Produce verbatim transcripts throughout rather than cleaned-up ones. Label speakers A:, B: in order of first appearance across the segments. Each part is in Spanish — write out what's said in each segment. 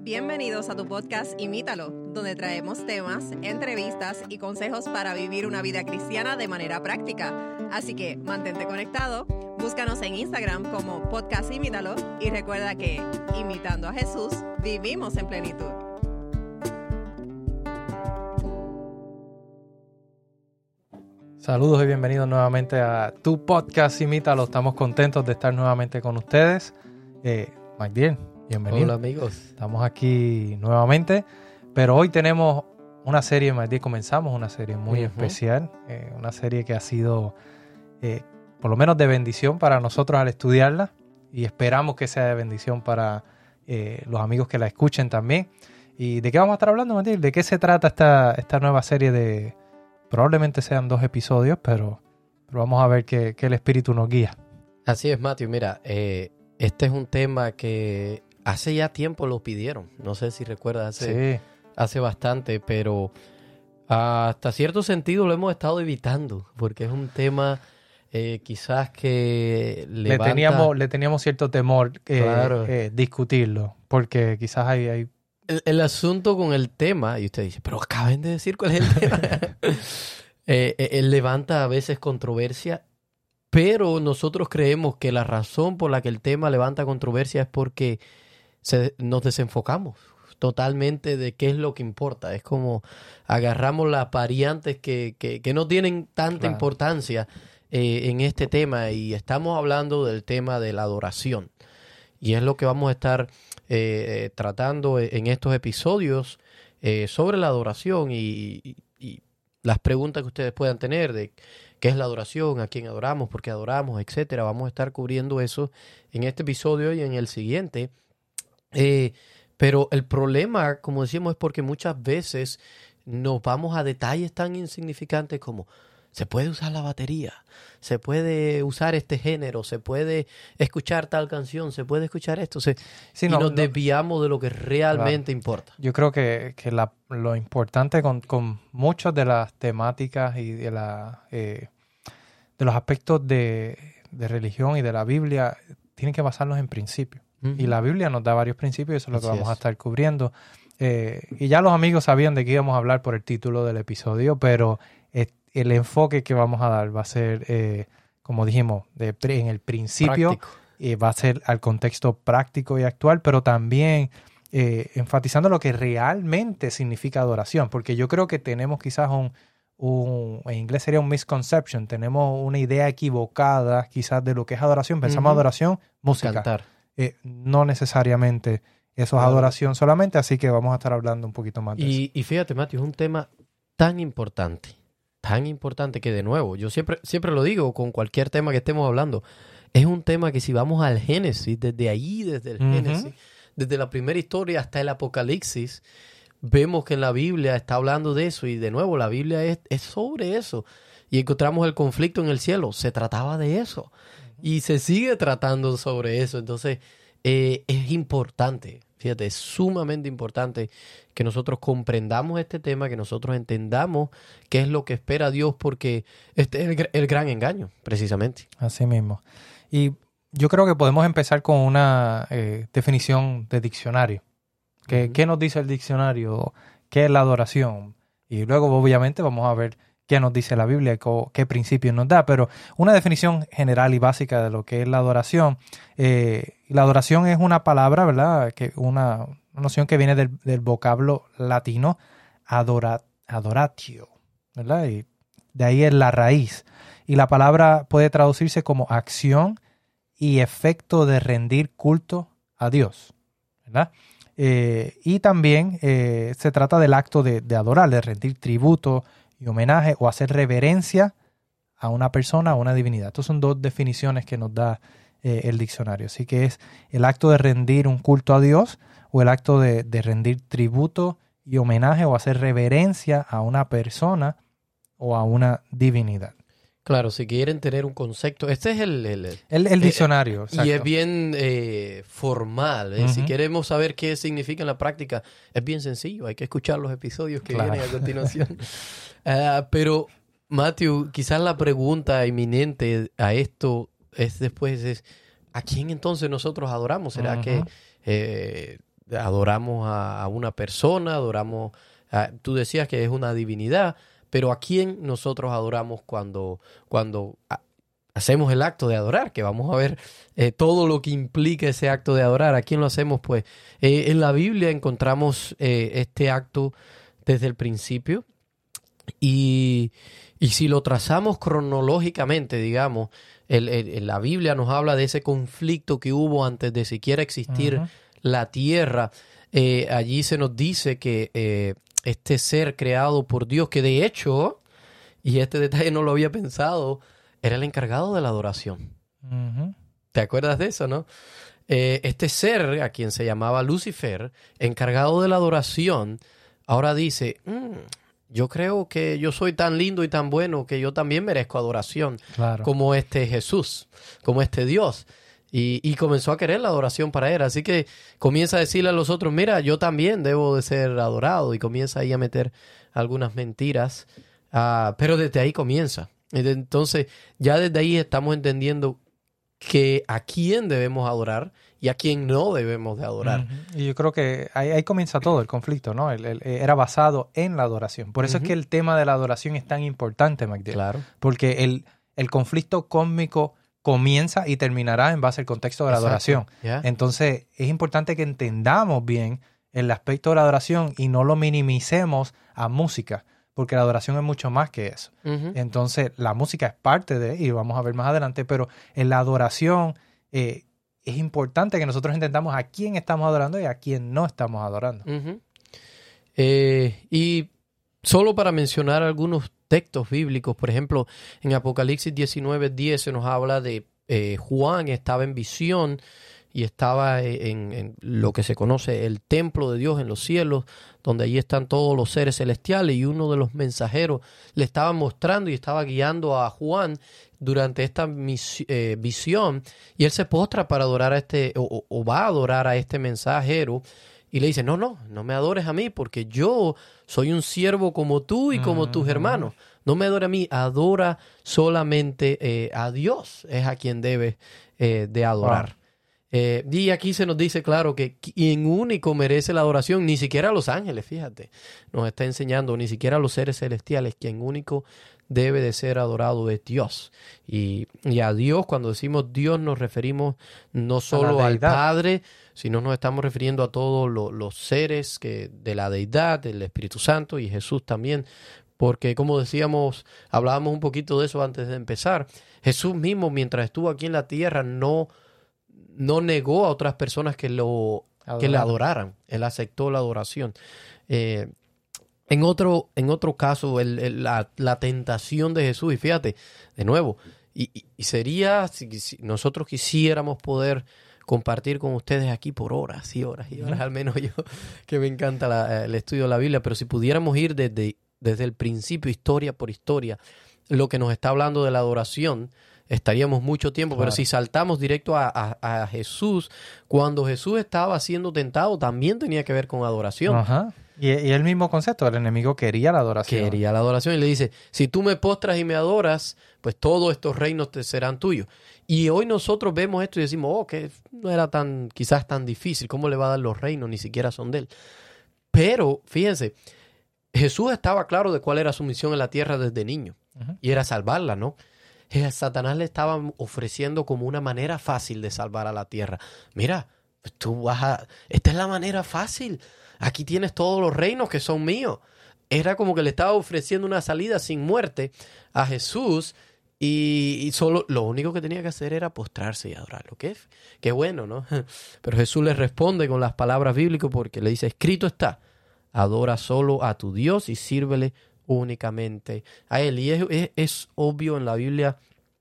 A: Bienvenidos a tu podcast Imítalo, donde traemos temas, entrevistas y consejos para vivir una vida cristiana de manera práctica. Así que mantente conectado, búscanos en Instagram como podcast Imítalo y recuerda que, imitando a Jesús, vivimos en plenitud.
B: Saludos y bienvenidos nuevamente a tu podcast Imítalo. Estamos contentos de estar nuevamente con ustedes. Eh, Magdiel, bienvenido.
C: Hola amigos.
B: Estamos aquí nuevamente, pero hoy tenemos una serie, Magdiel, comenzamos una serie muy uh-huh. especial, eh, una serie que ha sido eh, por lo menos de bendición para nosotros al estudiarla y esperamos que sea de bendición para eh, los amigos que la escuchen también. ¿Y de qué vamos a estar hablando, Magdiel? ¿De qué se trata esta, esta nueva serie de... Probablemente sean dos episodios, pero, pero vamos a ver que, que el Espíritu nos guía.
C: Así es, Matthew. Mira, eh, este es un tema que hace ya tiempo lo pidieron. No sé si recuerdas, hace, sí. hace bastante, pero hasta cierto sentido lo hemos estado evitando, porque es un tema eh, quizás que levanta...
B: Le teníamos, le teníamos cierto temor eh,
C: claro.
B: eh, discutirlo, porque quizás hay... hay...
C: El, el asunto con el tema, y usted dice, pero acaben de decir cuál es el tema. eh, él levanta a veces controversia, pero nosotros creemos que la razón por la que el tema levanta controversia es porque se, nos desenfocamos totalmente de qué es lo que importa. Es como agarramos las variantes que, que, que no tienen tanta claro. importancia eh, en este tema y estamos hablando del tema de la adoración. Y es lo que vamos a estar eh, tratando en estos episodios eh, sobre la adoración y, y, y las preguntas que ustedes puedan tener de qué es la adoración, a quién adoramos, por qué adoramos, etcétera. Vamos a estar cubriendo eso en este episodio y en el siguiente. Eh, pero el problema, como decíamos, es porque muchas veces nos vamos a detalles tan insignificantes como se puede usar la batería, se puede usar este género, se puede escuchar tal canción, se puede escuchar esto. Se, sí, y no, nos desviamos no, de lo que realmente claro. importa.
B: Yo creo que, que la, lo importante con, con muchas de las temáticas y de, la, eh, de los aspectos de, de religión y de la Biblia tienen que basarnos en principios. Uh-huh. Y la Biblia nos da varios principios y eso es lo que Así vamos es. a estar cubriendo. Eh, y ya los amigos sabían de qué íbamos a hablar por el título del episodio, pero... Eh, el enfoque que vamos a dar va a ser, eh, como dijimos, de, en el principio, eh, va a ser al contexto práctico y actual, pero también eh, enfatizando lo que realmente significa adoración, porque yo creo que tenemos quizás un, un, en inglés sería un misconception, tenemos una idea equivocada quizás de lo que es adoración, pensamos uh-huh. adoración, música.
C: Cantar.
B: Eh, no necesariamente eso es adoración solamente, así que vamos a estar hablando un poquito más de
C: y,
B: eso.
C: Y fíjate, Matthew, es un tema tan importante. Tan importante que, de nuevo, yo siempre, siempre lo digo con cualquier tema que estemos hablando, es un tema que si vamos al Génesis, desde ahí, desde el uh-huh. Génesis, desde la primera historia hasta el Apocalipsis, vemos que en la Biblia está hablando de eso y de nuevo la Biblia es, es sobre eso. Y encontramos el conflicto en el cielo, se trataba de eso uh-huh. y se sigue tratando sobre eso. Entonces eh, es importante. Fíjate, es sumamente importante que nosotros comprendamos este tema, que nosotros entendamos qué es lo que espera Dios, porque este es el, el gran engaño, precisamente.
B: Así mismo. Y yo creo que podemos empezar con una eh, definición de diccionario. ¿Qué, uh-huh. ¿Qué nos dice el diccionario? ¿Qué es la adoración? Y luego, obviamente, vamos a ver qué nos dice la Biblia y qué principios nos da. Pero una definición general y básica de lo que es la adoración. Eh, la adoración es una palabra, ¿verdad? Que una, una noción que viene del, del vocablo latino adora, adoratio, ¿verdad? Y de ahí es la raíz. Y la palabra puede traducirse como acción y efecto de rendir culto a Dios, ¿verdad? Eh, y también eh, se trata del acto de, de adorar, de rendir tributo y homenaje o hacer reverencia a una persona, a una divinidad. Estas son dos definiciones que nos da eh, el diccionario. Así que es el acto de rendir un culto a Dios o el acto de, de rendir tributo y homenaje o hacer reverencia a una persona o a una divinidad.
C: Claro, si quieren tener un concepto, este es el... El,
B: el, el diccionario,
C: eh,
B: exacto.
C: Y es bien eh, formal. ¿eh? Uh-huh. Si queremos saber qué significa en la práctica, es bien sencillo. Hay que escuchar los episodios que claro. vienen a continuación. uh, pero, Matthew, quizás la pregunta inminente a esto es después, es ¿a quién entonces nosotros adoramos? ¿Será uh-huh. que eh, adoramos a, a una persona, adoramos, a, tú decías que es una divinidad, pero ¿a quién nosotros adoramos cuando, cuando a, hacemos el acto de adorar? Que vamos a ver eh, todo lo que implica ese acto de adorar. ¿A quién lo hacemos? Pues eh, en la Biblia encontramos eh, este acto desde el principio y, y si lo trazamos cronológicamente, digamos, el, el, la Biblia nos habla de ese conflicto que hubo antes de siquiera existir uh-huh. la tierra. Eh, allí se nos dice que eh, este ser creado por Dios, que de hecho, y este detalle no lo había pensado, era el encargado de la adoración. Uh-huh. ¿Te acuerdas de eso, no? Eh, este ser, a quien se llamaba Lucifer, encargado de la adoración, ahora dice, mm, yo creo que yo soy tan lindo y tan bueno que yo también merezco adoración, claro, como este Jesús, como este Dios. Y, y comenzó a querer la adoración para él. Así que comienza a decirle a los otros, mira, yo también debo de ser adorado. Y comienza ahí a meter algunas mentiras. Uh, pero desde ahí comienza. Entonces, ya desde ahí estamos entendiendo que a quién debemos adorar y a quién no debemos de adorar.
B: Uh-huh. Y yo creo que ahí, ahí comienza todo el conflicto, ¿no? El, el, era basado en la adoración. Por eso uh-huh. es que el tema de la adoración es tan importante, MacDill.
C: Claro.
B: Porque el, el conflicto cósmico comienza y terminará en base al contexto de la Exacto. adoración. Yeah. Entonces, es importante que entendamos bien el aspecto de la adoración y no lo minimicemos a música, porque la adoración es mucho más que eso. Uh-huh. Entonces, la música es parte de, y vamos a ver más adelante, pero en la adoración eh, es importante que nosotros entendamos a quién estamos adorando y a quién no estamos adorando.
C: Uh-huh. Eh, y solo para mencionar algunos textos bíblicos, por ejemplo, en Apocalipsis diecinueve diez se nos habla de eh, Juan estaba en visión y estaba en, en lo que se conoce el templo de Dios en los cielos, donde allí están todos los seres celestiales, y uno de los mensajeros le estaba mostrando y estaba guiando a Juan durante esta mis, eh, visión, y él se postra para adorar a este, o, o va a adorar a este mensajero, y le dice, no, no, no me adores a mí, porque yo soy un siervo como tú y como uh-huh. tus hermanos. No me adora a mí, adora solamente eh, a Dios, es a quien debes eh, de adorar. Wow. Eh, y aquí se nos dice, claro, que quien único merece la adoración, ni siquiera los ángeles, fíjate, nos está enseñando, ni siquiera los seres celestiales, quien único debe de ser adorado es Dios. Y, y a Dios, cuando decimos Dios, nos referimos no solo al Padre, sino nos estamos refiriendo a todos lo, los seres que, de la deidad, del Espíritu Santo y Jesús también. Porque, como decíamos, hablábamos un poquito de eso antes de empezar, Jesús mismo, mientras estuvo aquí en la tierra, no, no negó a otras personas que, lo, que le adoraran. Él aceptó la adoración. Eh, en, otro, en otro caso, el, el, la, la tentación de Jesús, y fíjate, de nuevo, y, y, y sería, si, si nosotros quisiéramos poder compartir con ustedes aquí por horas y horas y horas, uh-huh. al menos yo, que me encanta la, el estudio de la Biblia, pero si pudiéramos ir desde... desde el principio, historia por historia, lo que nos está hablando de la adoración, estaríamos mucho tiempo, claro. Pero si saltamos directo a, a, a Jesús, cuando Jesús estaba siendo tentado, también tenía que ver con adoración.
B: Ajá. Y, y el mismo concepto, el enemigo quería la adoración.
C: Quería la adoración y le dice, si tú me postras y me adoras, pues todos estos reinos te serán tuyos. Y hoy nosotros vemos esto y decimos, oh, que no era tan, quizás tan difícil, ¿cómo le va a dar los reinos? Ni siquiera son de él. Pero, fíjense, Jesús estaba claro de cuál era su misión en la tierra desde niño, uh-huh. y era salvarla, ¿no? Satanás le estaba ofreciendo como una manera fácil de salvar a la tierra. Mira, tú vas a... esta es la manera fácil. Aquí tienes todos los reinos que son míos. Era como que le estaba ofreciendo una salida sin muerte a Jesús y, y solo lo único que tenía que hacer era postrarse y adorarlo. Qué, qué bueno, ¿no? Pero Jesús le responde con las palabras bíblicas porque le dice, escrito está, adora solo a tu Dios y sírvele únicamente a Él. Y es, es, es obvio en la Biblia,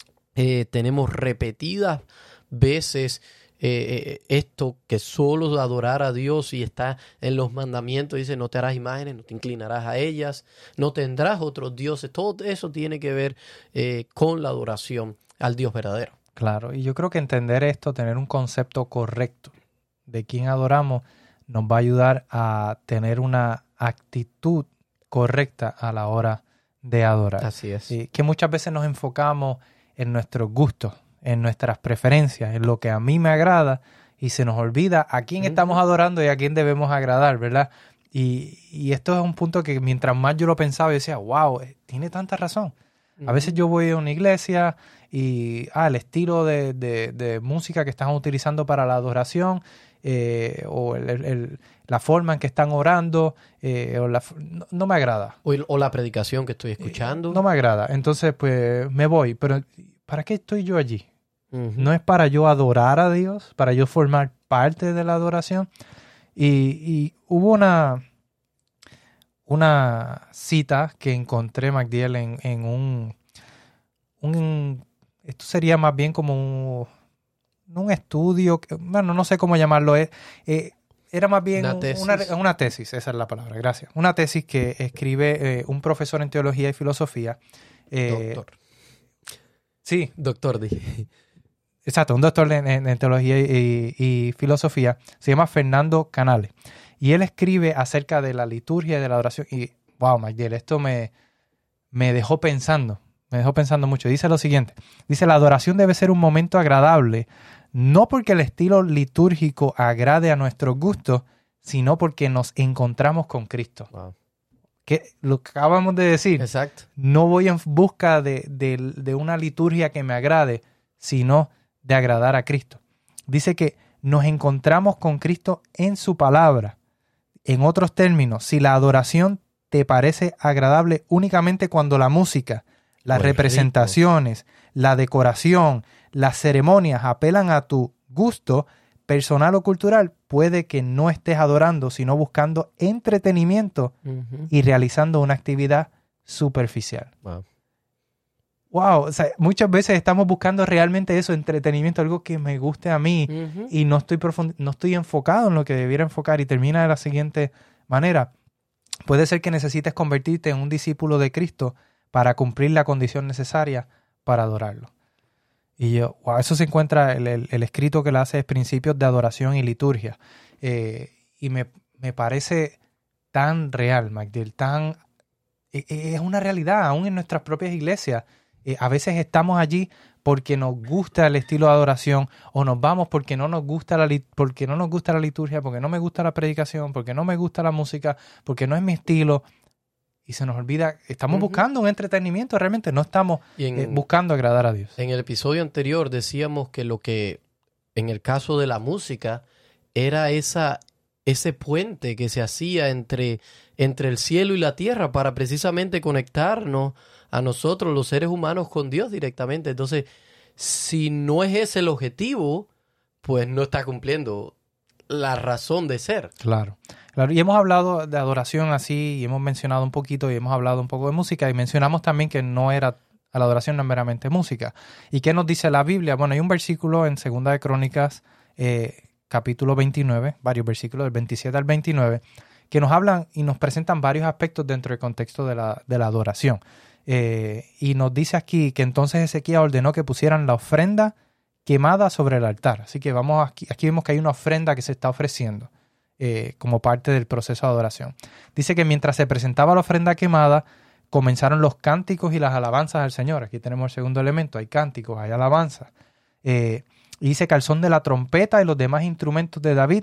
C: eh, tenemos repetidas veces eh, esto, que solo adorar a Dios, y está en los mandamientos, dice, no te harás imágenes, no te inclinarás a ellas, no tendrás otros dioses. Todo eso tiene que ver eh, con la adoración al Dios verdadero.
B: Claro, y yo creo que entender esto, tener un concepto correcto de quién adoramos, nos va a ayudar a tener una actitud correcta a la hora de adorar.
C: Así es.
B: Y que muchas veces nos enfocamos en nuestros gustos, en nuestras preferencias, en lo que a mí me agrada, y se nos olvida a quién
C: Ujú.
B: estamos adorando y a quién debemos agradar, ¿verdad? Y, y esto es un punto que mientras más yo lo pensaba, yo decía, wow, tiene tanta razón. A veces yo voy a una iglesia y ah, el estilo de, de, de música que están utilizando para la adoración eh, o el, el, el, la forma en que están orando eh, o la, no, no me agrada.
C: O, el- o la predicación que estoy escuchando.
B: Eh, no me agrada. Entonces, pues me voy. Pero ¿para qué estoy yo allí?
C: Ujú.
B: No es para yo adorar a Dios, para yo formar parte de la adoración. Y, y hubo una... una cita que encontré, MacDiel, en, en un, un... Esto sería más bien como un, un estudio, que- bueno, no sé cómo llamarlo. Eh, eh, era más bien
C: Una
B: un-
C: tesis.
B: Una, una tesis, esa es la palabra, gracias. Una tesis que escribe eh, un profesor en teología y filosofía. eh,
C: Doctor.
B: Sí,
C: Doctor, dije.
B: exacto, un doctor en, en- en teología y, y filosofía. Se llama Fernando Canales. Y él escribe acerca de la liturgia y de la adoración. Y, wow, MacDiel, esto me, me dejó pensando. Me dejó pensando mucho. Dice lo siguiente. Dice, la adoración debe ser un momento agradable, no porque el estilo litúrgico agrade a nuestros gustos, sino porque nos encontramos con Cristo.
C: Wow.
B: Que lo que acabamos de decir.
C: Exacto.
B: No voy en busca de, de, de una liturgia que me agrade, sino de agradar a Cristo. Dice que nos encontramos con Cristo en su palabra. En otros términos, si la adoración te parece agradable únicamente cuando la música, las
C: O el
B: representaciones, la decoración, las ceremonias apelan a tu gusto personal o cultural, puede que no estés adorando, sino buscando entretenimiento
C: Ujú.
B: y realizando una actividad superficial.
C: Wow.
B: Wow, o sea, muchas veces estamos buscando realmente eso, entretenimiento, algo que me guste a mí
C: Ujú.
B: y no estoy profund- no estoy enfocado en lo que debiera enfocar y termina de la siguiente manera. Puede ser que necesites convertirte en un discípulo de Cristo para cumplir la condición necesaria para adorarlo. Y yo, wow, eso se encuentra, el, el, el escrito que le hace es Principios de Adoración y Liturgia. Eh, y me, me parece tan real, MacDiel, tan... eh, eh, es una realidad, aún en nuestras propias iglesias. Eh, a veces estamos allí porque nos gusta el estilo de adoración o nos vamos porque no nos gusta la, lit- porque no nos gusta la liturgia, porque no me gusta la predicación, porque no me gusta la música, porque no es mi estilo. Y se nos olvida, estamos
C: Ujú.
B: buscando un entretenimiento, realmente no estamos
C: Y en,
B: eh, buscando agradar a Dios.
C: en el episodio anterior decíamos que lo que, en el caso de la música, era esa, ese puente que se hacía entre, entre el cielo y la tierra para precisamente conectarnos a nosotros, los seres humanos, con Dios directamente. Entonces, si no es ese el objetivo, pues no está cumpliendo la razón de ser.
B: Claro, claro. Y hemos hablado de adoración así, y hemos mencionado un poquito, y hemos hablado un poco de música, y mencionamos también que no era, la adoración no es meramente música. ¿Y qué nos dice la Biblia? Bueno, hay un versículo en Segunda de Crónicas, eh, capítulo veintinueve, varios versículos, del veintisiete al veintinueve, que nos hablan y nos presentan varios aspectos dentro del contexto de la, de la adoración. Eh, y nos dice aquí que entonces Ezequías ordenó que pusieran la ofrenda quemada sobre el altar. Así que vamos aquí, aquí vemos que hay una ofrenda que se está ofreciendo eh, como parte del proceso de adoración. Dice que mientras se presentaba la ofrenda quemada, comenzaron los cánticos y las alabanzas al Señor. Aquí tenemos el segundo elemento, hay cánticos, hay alabanzas. Eh, y dice que al son de la trompeta y los demás instrumentos de David,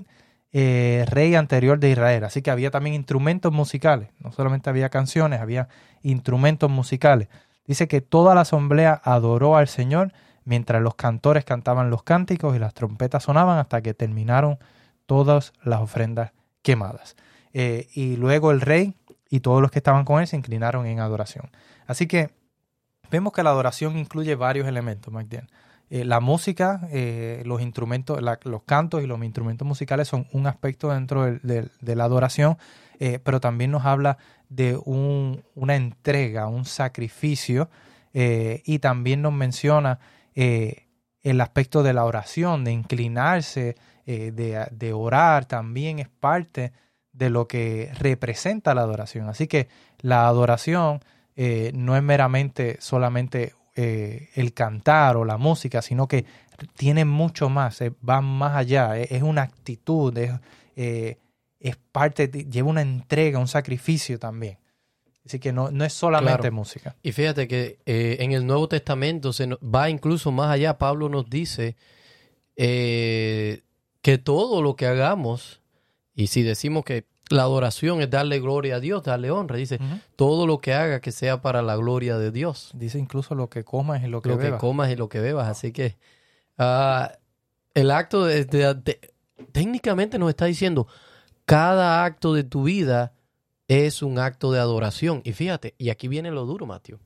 B: eh, rey anterior de Israel. Así que había también instrumentos musicales, no solamente había canciones, había instrumentos musicales. Dice que toda la asamblea adoró al Señor mientras los cantores cantaban los cánticos y las trompetas sonaban hasta que terminaron todas las ofrendas quemadas. Eh, y luego el rey y todos los que estaban con él se inclinaron en adoración. Así que vemos que la adoración incluye varios elementos, MacDiel. Eh, la música, eh, los instrumentos, la, los cantos y los instrumentos musicales son un aspecto dentro de, de, de la adoración, eh, pero también nos habla de un, una entrega, un sacrificio, eh, y también nos menciona eh, el aspecto de la oración, de inclinarse, eh, de, de orar, también es parte de lo que representa la adoración. Así que la adoración eh, no es meramente solamente eh, el cantar o la música, sino que tiene mucho más, eh, va más allá, eh, es una actitud, es, eh, es parte, de, lleva una entrega, un sacrificio también. Así que no, no es solamente
C: Claro.
B: música.
C: Y fíjate que eh, en el Nuevo Testamento se nos, va incluso más allá. Pablo nos dice, eh, que todo lo que hagamos, y si decimos que la adoración es darle gloria a Dios, darle honra, dice,
B: Ujú.
C: todo lo que haga que sea para la gloria de Dios.
B: Dice incluso lo que comas y lo que
C: Lo
B: bebas.
C: que comas y lo que bebas. Así que uh, el acto de, de, de, técnicamente nos está diciendo, cada acto de tu vida es un acto de adoración. Y fíjate, y aquí viene lo duro, Mateo.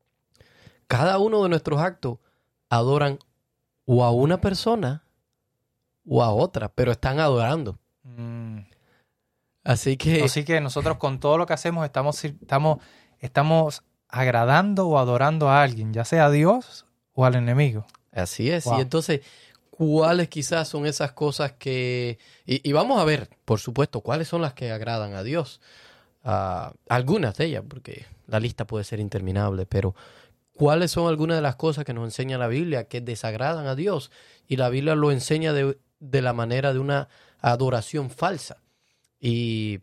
C: Cada uno de nuestros actos adoran o a una persona o a otra, pero están adorando.
B: Mm.
C: Así que...
B: Así que nosotros con todo lo que hacemos estamos, estamos, estamos agradando o adorando a alguien, ya sea a Dios o al enemigo.
C: Así es.
B: Wow.
C: Y entonces, ¿cuáles quizás son esas cosas que... Y, y vamos a ver, por supuesto, cuáles son las que agradan a Dios. Uh, algunas de ellas, porque la lista puede ser interminable, pero ¿cuáles son algunas de las cosas que nos enseña la Biblia que desagradan a Dios? Y la Biblia lo enseña de, de la manera de una adoración falsa. Y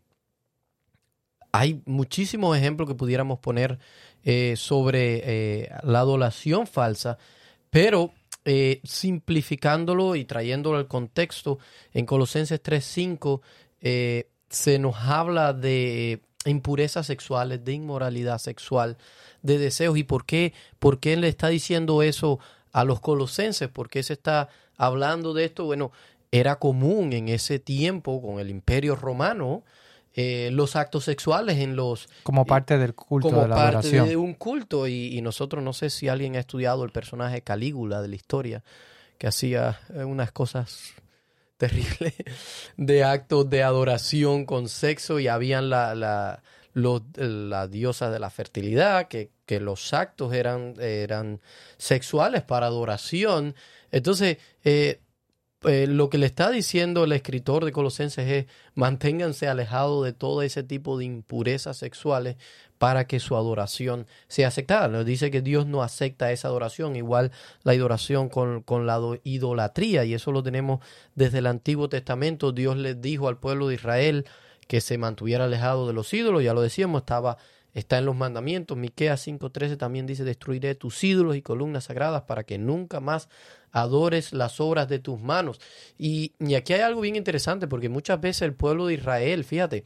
C: hay muchísimos ejemplos que pudiéramos poner eh, sobre eh, la adoración falsa, pero eh, simplificándolo y trayéndolo al contexto, en Colosenses tres cinco eh, se nos habla de impurezas sexuales, de inmoralidad sexual, de deseos. ¿Y por qué? ¿Por qué le está diciendo eso a los colosenses? ¿Por qué se está hablando de esto? Bueno, era común en ese tiempo con el Imperio Romano eh, los actos sexuales en los...
B: Como parte del culto,
C: como
B: de la
C: parte
B: adoración.
C: de un culto. Y, y nosotros, no sé si alguien ha estudiado el personaje Calígula de la historia, que hacía unas cosas terribles de actos de adoración con sexo, y habían la, la, los, la diosa de la fertilidad, que, que los actos eran, eran sexuales para adoración. Entonces, eh, Eh, lo que le está diciendo el escritor de Colosenses es: manténganse alejados de todo ese tipo de impurezas sexuales para que su adoración sea aceptada. Nos dice que Dios no acepta esa adoración, igual la adoración con, con la idolatría, y eso lo tenemos desde el Antiguo Testamento. Dios les dijo al pueblo de Israel que se mantuviera alejado de los ídolos, ya lo decíamos, estaba está en los mandamientos. Miqueas cinco trece también dice: destruiré tus ídolos y columnas sagradas para que nunca más adores las obras de tus manos. Y, y aquí hay algo bien interesante, porque muchas veces el pueblo de Israel, fíjate,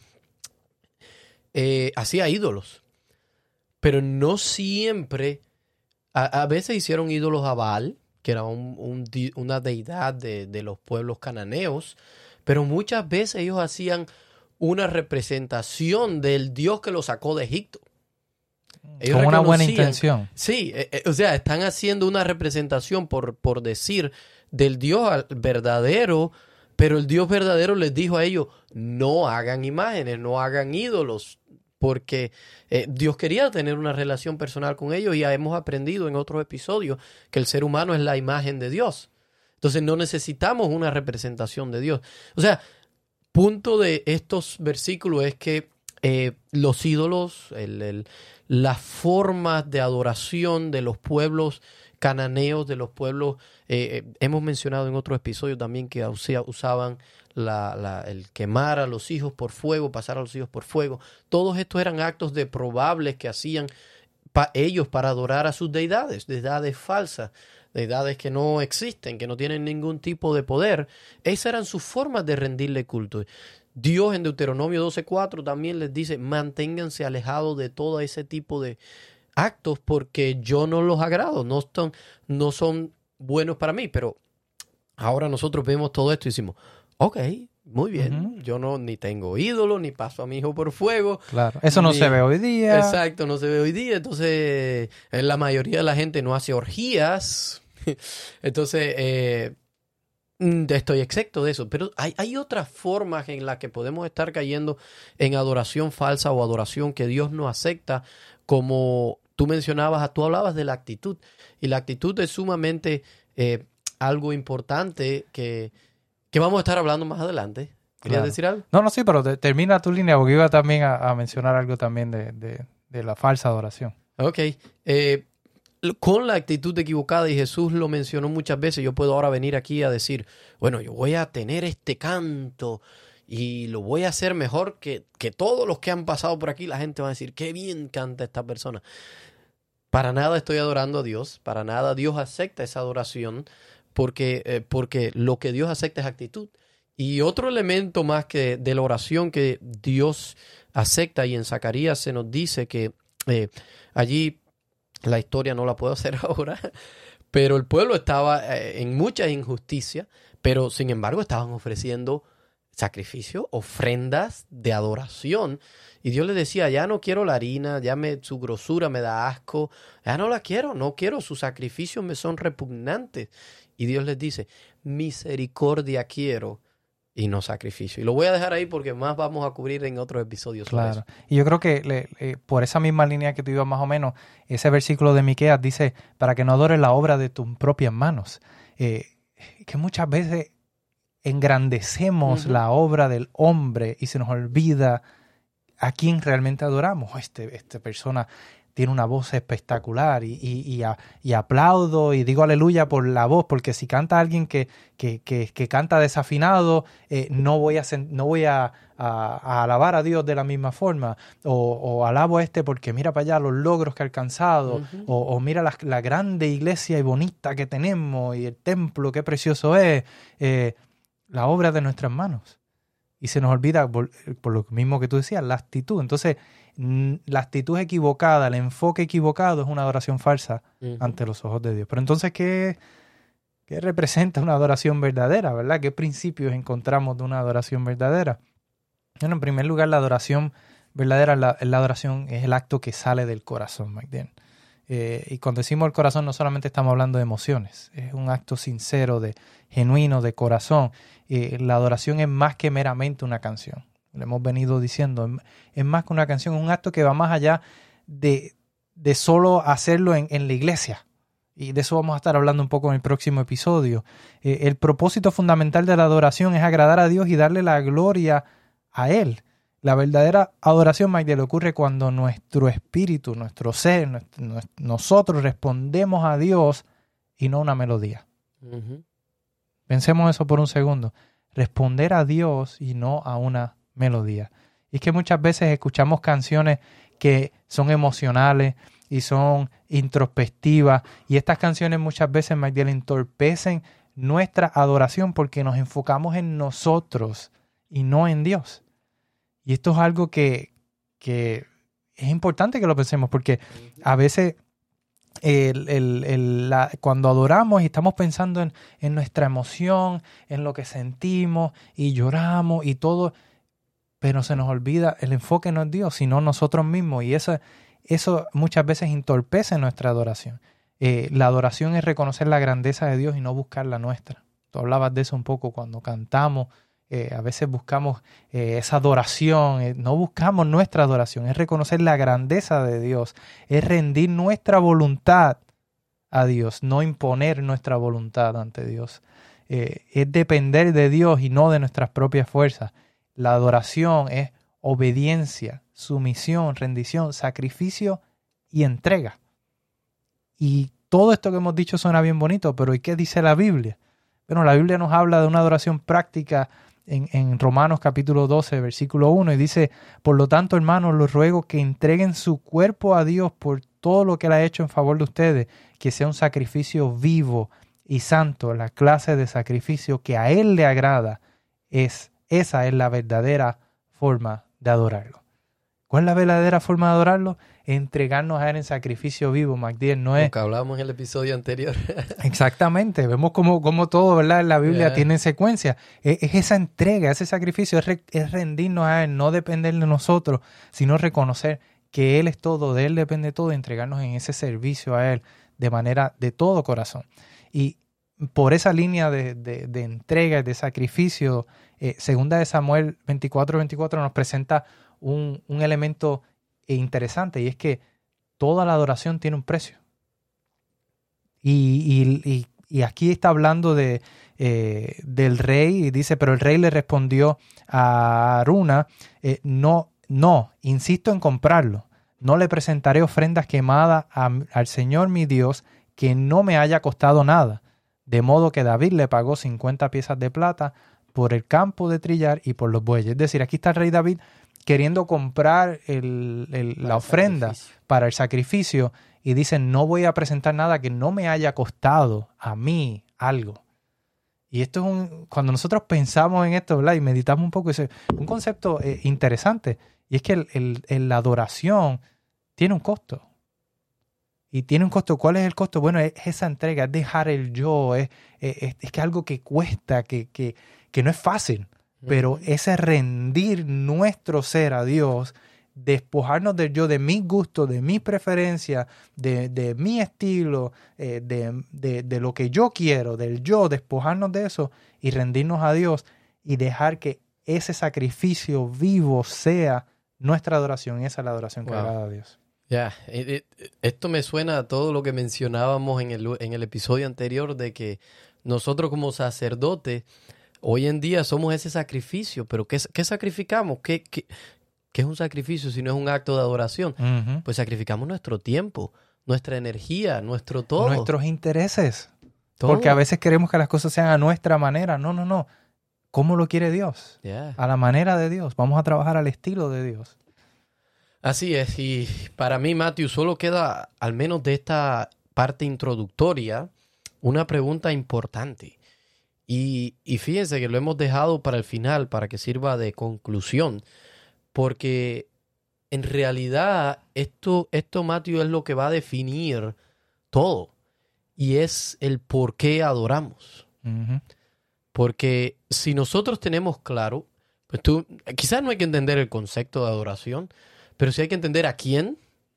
C: eh, hacía ídolos, pero no siempre. A, a veces hicieron ídolos a Baal, que era un, un, una deidad de, de los pueblos cananeos, pero muchas veces ellos hacían una representación del Dios que los sacó de Egipto. Ellos
B: con una buena
C: reconocían-
B: intención.
C: Sí, eh, eh, o sea, están haciendo una representación, por, por decir, del Dios al- verdadero, pero el Dios verdadero les dijo a ellos: no hagan imágenes, no hagan ídolos, porque eh, Dios quería tener una relación personal con ellos, y ya hemos aprendido en otros episodios que el ser humano es la imagen de Dios. Entonces no necesitamos una representación de Dios. O sea, punto de estos versículos es que eh, los ídolos, el, el, las formas de adoración de los pueblos cananeos, de los pueblos, eh, eh, hemos mencionado en otros episodios también que usa, usaban la, la, el quemar a los hijos por fuego, pasar a los hijos por fuego. Todos estos eran actos deprobables que hacían pa, ellos para adorar a sus deidades, deidades falsas, deidades que no existen, que no tienen ningún tipo de poder. Esas eran sus formas de rendirle culto. Dios en Deuteronomio doce cuatro también les dice: manténganse alejados de todo ese tipo de actos, porque yo no los agrado, no son, no son buenos para mí. Pero ahora nosotros vemos todo esto y decimos: ok, muy bien,
B: Ujú.
C: yo no ni tengo ídolo, ni paso a mi hijo por fuego.
B: Claro. Eso no
C: Ni-
B: se ve hoy día.
C: Exacto, no se ve hoy día. Entonces, eh, la mayoría de la gente no hace orgías. Entonces, eh, mm, estoy excepto de eso. Pero hay, hay otras formas en las que podemos estar cayendo en adoración falsa o adoración que Dios no acepta, como tú mencionabas, tú hablabas de la actitud. Y la actitud es sumamente eh, algo importante que, que vamos a estar hablando más adelante. ¿Querías
B: Claro.
C: decir algo?
B: No, no, sí, pero te- termina tu línea, porque iba también a, a mencionar algo también de, de, de la falsa adoración.
C: Ok. Eh, con la actitud equivocada, y Jesús lo mencionó muchas veces, yo puedo ahora venir aquí a decir: bueno, yo voy a tener este canto y lo voy a hacer mejor que, que todos los que han pasado por aquí. La gente va a decir: qué bien canta esta persona. Para nada estoy adorando a Dios, para nada Dios acepta esa adoración, porque, eh, porque lo que Dios acepta es actitud. Y otro elemento más que de la oración que Dios acepta, y en Zacarías se nos dice que eh, allí, la historia no la puedo hacer ahora, pero el pueblo estaba eh, en mucha injusticia, pero sin embargo estaban ofreciendo sacrificios, ofrendas de adoración. Y Dios le decía, ya no quiero la harina, ya me, su grosura me da asco, ya no la quiero, no quiero, sus sacrificios me son repugnantes. Y Dios les dice, misericordia quiero y no sacrificio. Y lo voy a dejar ahí porque más vamos a cubrir en otros episodios.
B: Claro.
C: Sobre eso.
B: Y yo creo que le, le, por esa misma línea que tú ibas más o menos, ese versículo de Miqueas dice, para que no adores la obra de tus propias manos. Eh, que muchas veces engrandecemos uh-huh. la obra del hombre y se nos olvida a quién realmente adoramos. Este, esta persona tiene una voz espectacular y, y, y, a, y aplaudo y digo aleluya por la voz, porque si canta alguien que, que, que, que canta desafinado, eh, no voy, a, no voy a, a, a alabar a Dios de la misma forma, o, o alabo a este porque mira para allá los logros que ha alcanzado, uh-huh. o, o mira la, la grande iglesia y bonita que tenemos y el templo, qué precioso es, eh, la obra de nuestras manos. Y se nos olvida, por, por lo mismo que tú decías, la actitud. Entonces, la actitud equivocada, el enfoque equivocado es una adoración falsa uh-huh. ante los ojos de Dios. Pero entonces, ¿qué, qué representa una adoración verdadera, verdad? ¿Qué principios encontramos de una adoración verdadera? Bueno, en primer lugar, la adoración verdadera, la, la adoración es el acto que sale del corazón, Magdalena. Eh, y cuando decimos el corazón, no solamente estamos hablando de emociones, es un acto sincero, de genuino, de corazón. Eh, la adoración es más que meramente una canción. Lo hemos venido diciendo, es más que una canción, es un acto que va más allá de, de solo hacerlo en, en la iglesia. Y de eso vamos a estar hablando un poco en el próximo episodio. Eh, el propósito fundamental de la adoración es agradar a Dios y darle la gloria a Él. La verdadera adoración, Magdalena, ocurre cuando nuestro espíritu, nuestro ser, nuestro, nosotros respondemos a Dios y no a una melodía. Uh-huh. Pensemos eso por un segundo. Responder a Dios y no a una melodía. Y es que muchas veces escuchamos canciones que son emocionales y son introspectivas, y estas canciones muchas veces, Magdalena, entorpecen nuestra adoración porque nos enfocamos en nosotros y no en Dios. Y esto es algo que, que es importante que lo pensemos, porque a veces el, el, el, la, cuando adoramos y estamos pensando en, en nuestra emoción, en lo que sentimos y lloramos y todo, pero se nos olvida, el enfoque no es Dios, sino nosotros mismos, y eso, eso muchas veces entorpece nuestra adoración. Eh, la adoración es reconocer la grandeza de Dios y no buscar la nuestra. Tú hablabas de eso un poco cuando cantamos. Eh, a veces buscamos eh, esa adoración, eh, no buscamos nuestra adoración, es reconocer la grandeza de Dios, es rendir nuestra voluntad a Dios, no imponer nuestra voluntad ante Dios. Eh, es depender de Dios y no de nuestras propias fuerzas. La adoración es obediencia, sumisión, rendición, sacrificio y entrega. Y todo esto que hemos dicho suena bien bonito, pero ¿y qué dice la Biblia? Bueno, la Biblia nos habla de una adoración práctica en, en Romanos capítulo doce, versículo uno, y dice, por lo tanto, hermanos, les ruego que entreguen su cuerpo a Dios por todo lo que Él ha hecho en favor de ustedes, que sea un sacrificio vivo y santo, la clase de sacrificio que a Él le agrada. Es, esa es la verdadera forma de adorarlo. ¿Cuál es la verdadera forma de adorarlo? Entregarnos a Él en sacrificio vivo, Magdiel, no es...
C: Lo que hablábamos en el episodio anterior.
B: Exactamente, vemos cómo, cómo todo, ¿verdad?, en la Biblia yeah. tiene secuencia. Es, es esa entrega, ese sacrificio, es, re, es rendirnos a Él, no depender de nosotros, sino reconocer que Él es todo, de Él depende todo, y entregarnos en ese servicio a Él de manera de todo corazón. Y por esa línea de, de, de entrega y de sacrificio, eh, segunda de Samuel veinticuatro veinticuatro nos presenta un, un elemento interesante, y es que toda la adoración tiene un precio. Y, y, y, y aquí está hablando de, eh, del rey, y dice, pero el rey le respondió a Araúna, eh, no, no, insisto en comprarlo. No le presentaré ofrendas quemadas a, al Señor mi Dios que no me haya costado nada. De modo que David le pagó cincuenta piezas de plata por el campo de trillar y por los bueyes. Es decir, aquí está el rey David queriendo comprar el, el, la ofrenda sacrificio. para el sacrificio, y dicen, no voy a presentar nada que no me haya costado a mí algo. Y esto es un, cuando nosotros pensamos en esto, ¿verdad? Y meditamos un poco, es un concepto eh, interesante. Y es que el, el, el, la adoración tiene un costo. Y tiene un costo. ¿Cuál es el costo? Bueno, es esa entrega, es dejar el yo. Es, es, es que algo que cuesta, que, que, que no es fácil. Pero ese rendir nuestro ser a Dios, despojarnos del yo, de mis gustos, de mis preferencias, de, de mi estilo, eh, de, de, de lo que yo quiero, del yo, despojarnos de eso y rendirnos a Dios y dejar que ese sacrificio vivo sea nuestra adoración. Y esa es la adoración que wow. agrada a Dios.
C: Ya, yeah. Esto me suena a todo lo que mencionábamos en el, en el episodio anterior de que nosotros como sacerdotes hoy en día somos ese sacrificio, pero ¿qué, qué sacrificamos? ¿Qué, qué, ¿Qué es un sacrificio si no es un acto de adoración? Uh-huh. Pues sacrificamos nuestro tiempo, nuestra energía, nuestro todo.
B: Nuestros intereses. Todo. Porque a veces queremos que las cosas sean a nuestra manera. No, no, no. ¿Cómo lo quiere Dios?
C: Yeah.
B: A la manera de Dios. Vamos a trabajar al estilo de Dios.
C: Así es. Y para mí, Matthew, solo queda, al menos de esta parte introductoria, una pregunta importante. Y, y fíjense que lo hemos dejado para el final, para que sirva de conclusión. Porque en realidad esto, esto, Matthew, es lo que va a definir todo. Y es el por qué adoramos.
B: Uh-huh.
C: Porque si nosotros tenemos claro, pues tú, quizás no hay que entender el concepto de adoración, pero sí hay que entender a quién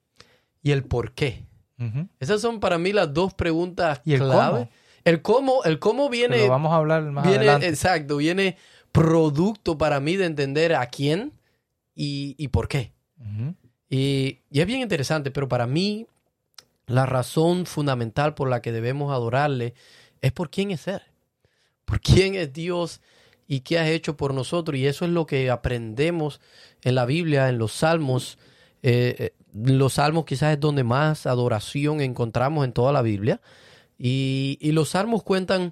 C: y el por qué.
B: Uh-huh.
C: Esas son para mí las dos preguntas
B: ¿Y el
C: clave.
B: Cómo?
C: El cómo, el cómo viene.
B: Pero vamos a hablar más
C: viene,
B: adelante.
C: Exacto, viene producto para mí de entender a quién y, y por qué.
B: Uh-huh.
C: Y, y es bien interesante, pero para mí la razón fundamental por la que debemos adorarle es por quién es Él. Por quién es Dios y qué ha hecho por nosotros. Y eso es lo que aprendemos en la Biblia, en los Salmos. Eh, los Salmos quizás es donde más adoración encontramos en toda la Biblia. Y, y los Salmos cuentan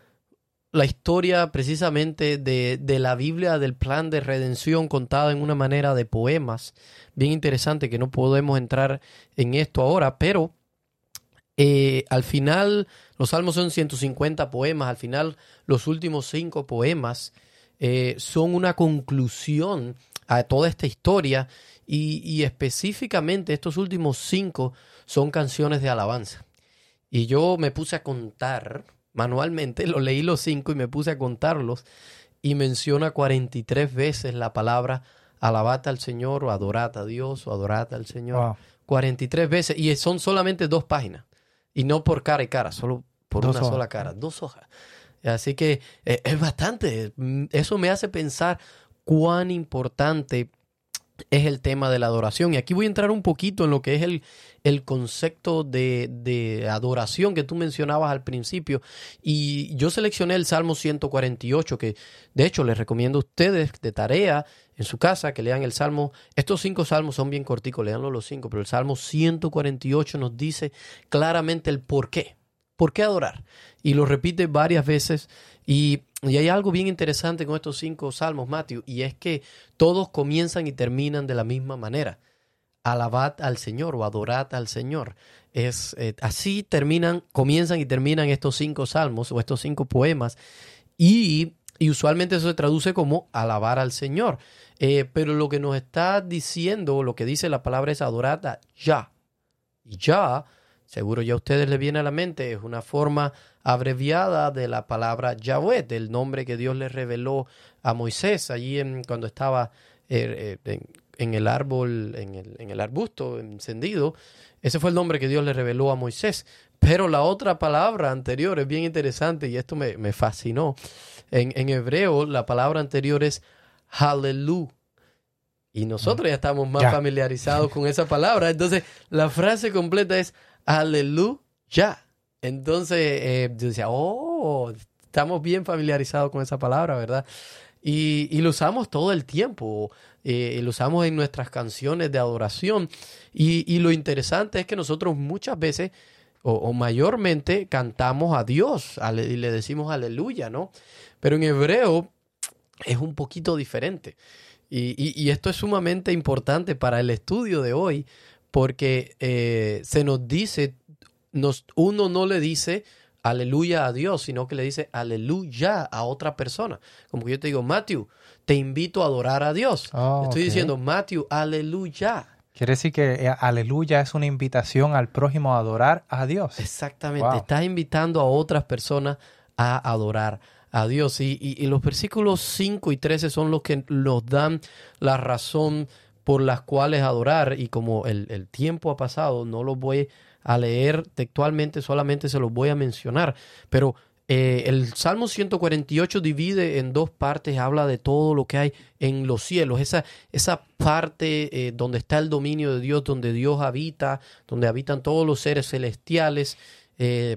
C: la historia precisamente de, de la Biblia, del plan de redención contada en una manera de poemas. Bien interesante que no podemos entrar en esto ahora, pero eh, al final los Salmos son ciento cincuenta poemas. Al final los últimos cinco poemas eh, son una conclusión a toda esta historia y, y específicamente estos últimos cinco son canciones de alabanza. Y yo me puse a contar manualmente, lo leí los cinco y me puse a contarlos y menciona cuarenta y tres veces la palabra alabad al Señor o adorad a Dios o adorad al Señor.
B: Wow.
C: cuarenta y tres veces y son solamente dos páginas y no por cara y cara, solo por
B: dos
C: una
B: hojas.
C: sola cara, dos hojas. Así que eh, es bastante. Eso me hace pensar cuán importante es el tema de la adoración. Y aquí voy a entrar un poquito en lo que es el, el concepto de, de adoración que tú mencionabas al principio. Y yo seleccioné el Salmo ciento cuarenta y ocho, que de hecho les recomiendo a ustedes de tarea en su casa que lean el Salmo. Estos cinco salmos son bien corticos, leanlos los cinco, pero el Salmo ciento cuarenta y ocho nos dice claramente el por qué. ¿Por qué adorar? Y lo repite varias veces. Y, y hay algo bien interesante con estos cinco salmos, Matthew, y es que todos comienzan y terminan de la misma manera. Alabad al Señor o adorad al Señor. Es, eh, así terminan, comienzan y terminan estos cinco salmos o estos cinco poemas. Y, y usualmente eso se traduce como alabar al Señor. Eh, pero lo que nos está diciendo, lo que dice la palabra es adorad a Yah. Y Yah, seguro ya a ustedes les viene a la mente, es una forma abreviada de la palabra Yahweh, del nombre que Dios le reveló a Moisés allí en, cuando estaba eh, en, en el árbol, en el, en el arbusto encendido. Ese fue el nombre que Dios le reveló a Moisés. Pero la otra palabra anterior es bien interesante y esto me, me fascinó. En, en hebreo la palabra anterior es Halelu. Y nosotros ya estamos más
B: ya.
C: familiarizados con esa palabra. Entonces la frase completa es Aleluya. Entonces eh, yo decía, oh, estamos bien familiarizados con esa palabra, ¿verdad? Y, y lo usamos todo el tiempo, eh, lo usamos en nuestras canciones de adoración. Y, y lo interesante es que nosotros muchas veces, o, o mayormente, cantamos a Dios ale, y le decimos aleluya, ¿no? Pero en hebreo es un poquito diferente. Y, y, y esto es sumamente importante para el estudio de hoy, porque eh, se nos dice... Nos, uno no le dice aleluya a Dios, sino que le dice aleluya a otra persona. Como que yo te digo, Matthew, te invito a adorar a Dios.
B: Oh,
C: Estoy
B: okay.
C: diciendo, Matthew, aleluya.
B: Quiere decir que eh, aleluya es una invitación al prójimo a adorar a Dios.
C: Exactamente.
B: Wow.
C: Estás invitando a otras personas a adorar a Dios. Y, y, y los versículos cinco y trece son los que nos dan la razón por las cuales adorar. Y como el, el tiempo ha pasado, no los voy a leer textualmente, solamente se los voy a mencionar. Pero eh, el Salmo ciento cuarenta y ocho divide en dos partes, habla de todo lo que hay en los cielos. Esa, esa parte eh, donde está el dominio de Dios, donde Dios habita, donde habitan todos los seres celestiales. Eh,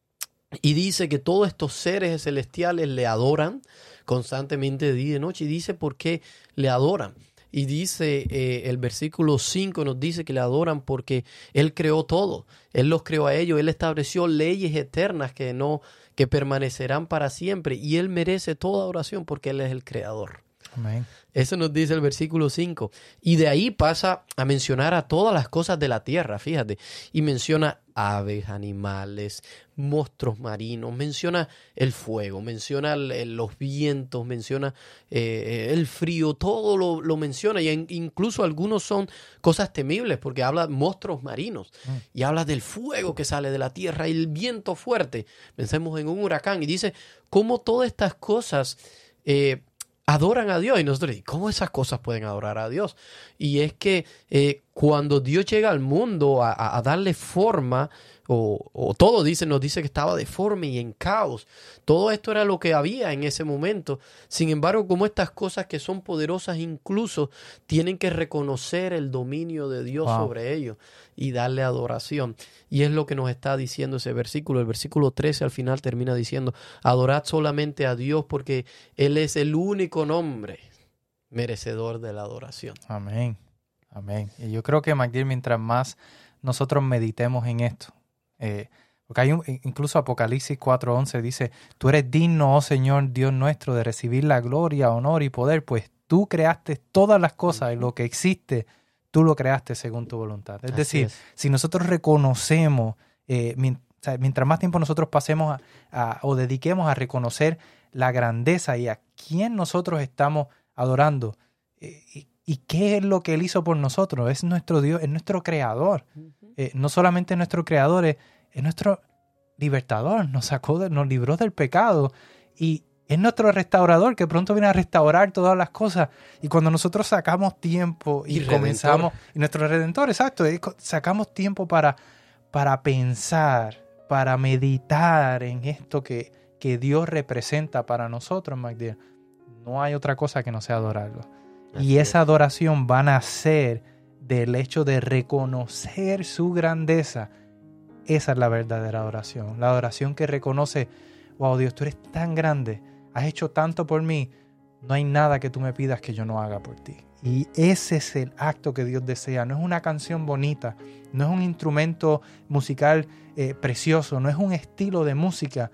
C: y dice que todos estos seres celestiales le adoran constantemente de día y de noche. Y dice por qué le adoran. Y dice, eh, el versículo cinco nos dice que le adoran porque Él creó todo. Él los creó a ellos. Él estableció leyes eternas que, no, que permanecerán para siempre. Y Él merece toda adoración porque Él es el creador.
B: Amén.
C: Eso nos dice el versículo cinco. Y de ahí pasa a mencionar a todas las cosas de la tierra, fíjate. Y menciona aves, animales, monstruos marinos, menciona el fuego, menciona el, los vientos, menciona eh, el frío, todo lo, lo menciona. Y en, incluso algunos son cosas temibles porque habla de monstruos marinos. Mm. Y habla del fuego que sale de la tierra y el viento fuerte. Pensemos en un huracán y dice cómo todas estas cosas Eh, adoran a Dios. Y nosotros, ¿cómo esas cosas pueden adorar a Dios? Y es que eh, cuando Dios llega al mundo a, a, a darle forma, o, o todo dice, nos dice que estaba deforme y en caos. Todo esto era lo que había en ese momento. Sin embargo, como estas cosas que son poderosas incluso tienen que reconocer el dominio de Dios wow. sobre ellos y darle adoración. Y es lo que nos está diciendo ese versículo. El versículo trece al final termina diciendo, adorad solamente a Dios porque Él es el único nombre merecedor de la adoración.
B: Amén. Amén. Y yo creo que, MacDill, mientras más nosotros meditemos en esto, eh, porque hay un, incluso Apocalipsis cuatro once dice, tú eres digno, oh Señor Dios nuestro, de recibir la gloria, honor y poder, pues tú creaste todas las cosas y lo que existe, tú lo creaste según tu voluntad. Es Así decir, es. si nosotros reconocemos, eh, mientras, mientras más tiempo nosotros pasemos a, a, o dediquemos a reconocer la grandeza y a quién nosotros estamos adorando, eh, y, ¿Y qué es lo que Él hizo por nosotros? Es nuestro Dios, es nuestro creador. Uh-huh. Eh, no solamente es nuestro creador, es, es nuestro libertador. Nos sacó, de, nos libró del pecado. Y es nuestro restaurador que pronto viene a restaurar todas las cosas. Y cuando nosotros sacamos tiempo y, y comenzamos... Y nuestro redentor, exacto. Sacamos tiempo para, para pensar, para meditar en esto que, que Dios representa para nosotros, MacDill. No hay otra cosa que no sea adorarlo. Y esa adoración va a nacer del hecho de reconocer su grandeza. Esa es la verdadera adoración. La adoración que reconoce, wow, Dios, tú eres tan grande, has hecho tanto por mí, no hay nada que tú me pidas que yo no haga por ti. Y ese es el acto que Dios desea. No es una canción bonita, no es un instrumento musical eh, precioso, no es un estilo de música.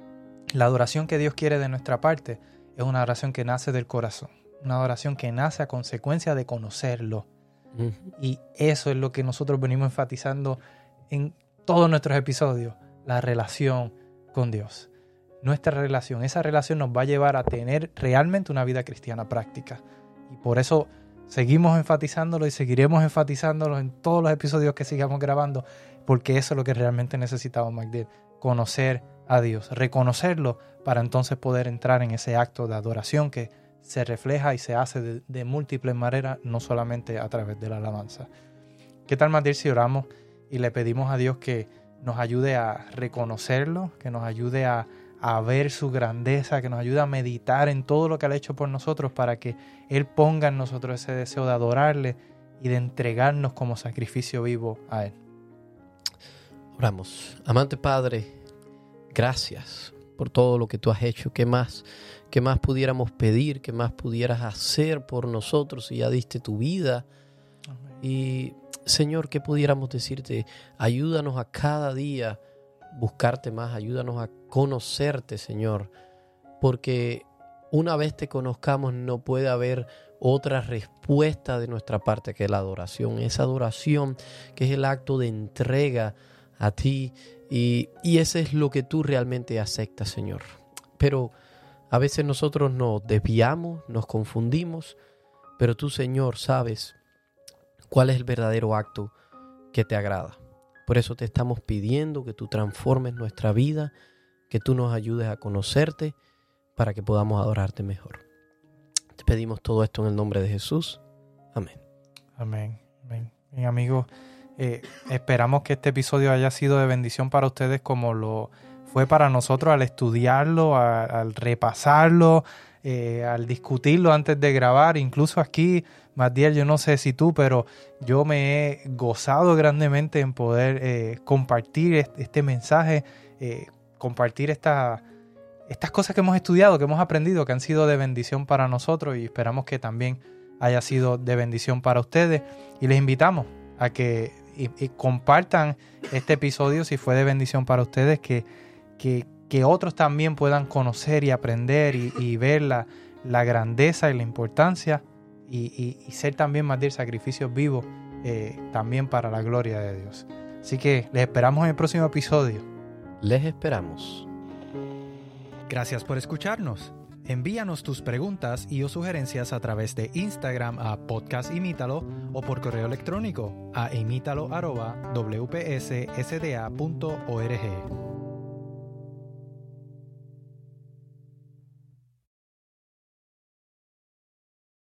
B: La adoración que Dios quiere de nuestra parte es una adoración que nace del corazón. Una adoración que nace a consecuencia de conocerlo. Uh-huh. Y eso es lo que nosotros venimos enfatizando en todos nuestros episodios. La relación con Dios. Nuestra relación. Esa relación nos va a llevar a tener realmente una vida cristiana práctica. Y por eso seguimos enfatizándolo y seguiremos enfatizándolo en todos los episodios que sigamos grabando. Porque eso es lo que realmente necesitamos, MacDill. Conocer a Dios. Reconocerlo para entonces poder entrar en ese acto de adoración que se refleja y se hace de, de múltiples maneras, no solamente a través de la alabanza. ¿Qué tal, MacDill, si oramos y le pedimos a Dios que nos ayude a reconocerlo, que nos ayude a, a ver su grandeza, que nos ayude a meditar en todo lo que Él ha hecho por nosotros para que Él ponga en nosotros ese deseo de adorarle y de entregarnos como sacrificio vivo a Él?
C: Oramos. Amante Padre, gracias por todo lo que tú has hecho. ¿Qué más? ¿Qué más pudiéramos pedir? ¿Qué más pudieras hacer por nosotros si ya diste tu vida? Amén. Y Señor, ¿qué pudiéramos decirte? Ayúdanos a cada día buscarte más, ayúdanos a conocerte, Señor, porque una vez te conozcamos no puede haber otra respuesta de nuestra parte que la adoración. Esa adoración que es el acto de entrega a ti, y, y eso es lo que tú realmente aceptas, Señor. Pero a veces nosotros nos desviamos, nos confundimos, pero tú, Señor, sabes cuál es el verdadero acto que te agrada. Por eso te estamos pidiendo que tú transformes nuestra vida, que tú nos ayudes a conocerte para que podamos adorarte mejor. Te pedimos todo esto en el nombre de Jesús. Amén.
B: Amén. Amén. Bien, amigos, eh, esperamos que este episodio haya sido de bendición para ustedes como lo fue para nosotros al estudiarlo, a, al repasarlo, eh, al discutirlo antes de grabar. Incluso aquí, Matías, yo no sé si tú, pero yo me he gozado grandemente en poder eh, compartir este, este mensaje, eh, compartir esta, estas cosas que hemos estudiado, que hemos aprendido, que han sido de bendición para nosotros, y esperamos que también haya sido de bendición para ustedes. Y les invitamos a que y, y compartan este episodio si fue de bendición para ustedes, que, que, que otros también puedan conocer y aprender y, y ver la, la grandeza y la importancia y, y, y ser también más de sacrificios vivos eh, también para la gloria de Dios. Así que les esperamos en el próximo episodio.
C: Les esperamos.
D: Gracias por escucharnos. Envíanos tus preguntas y o sugerencias a través de Instagram a podcast imítalo o por correo electrónico a imítalo arroba w p s s d a punto org.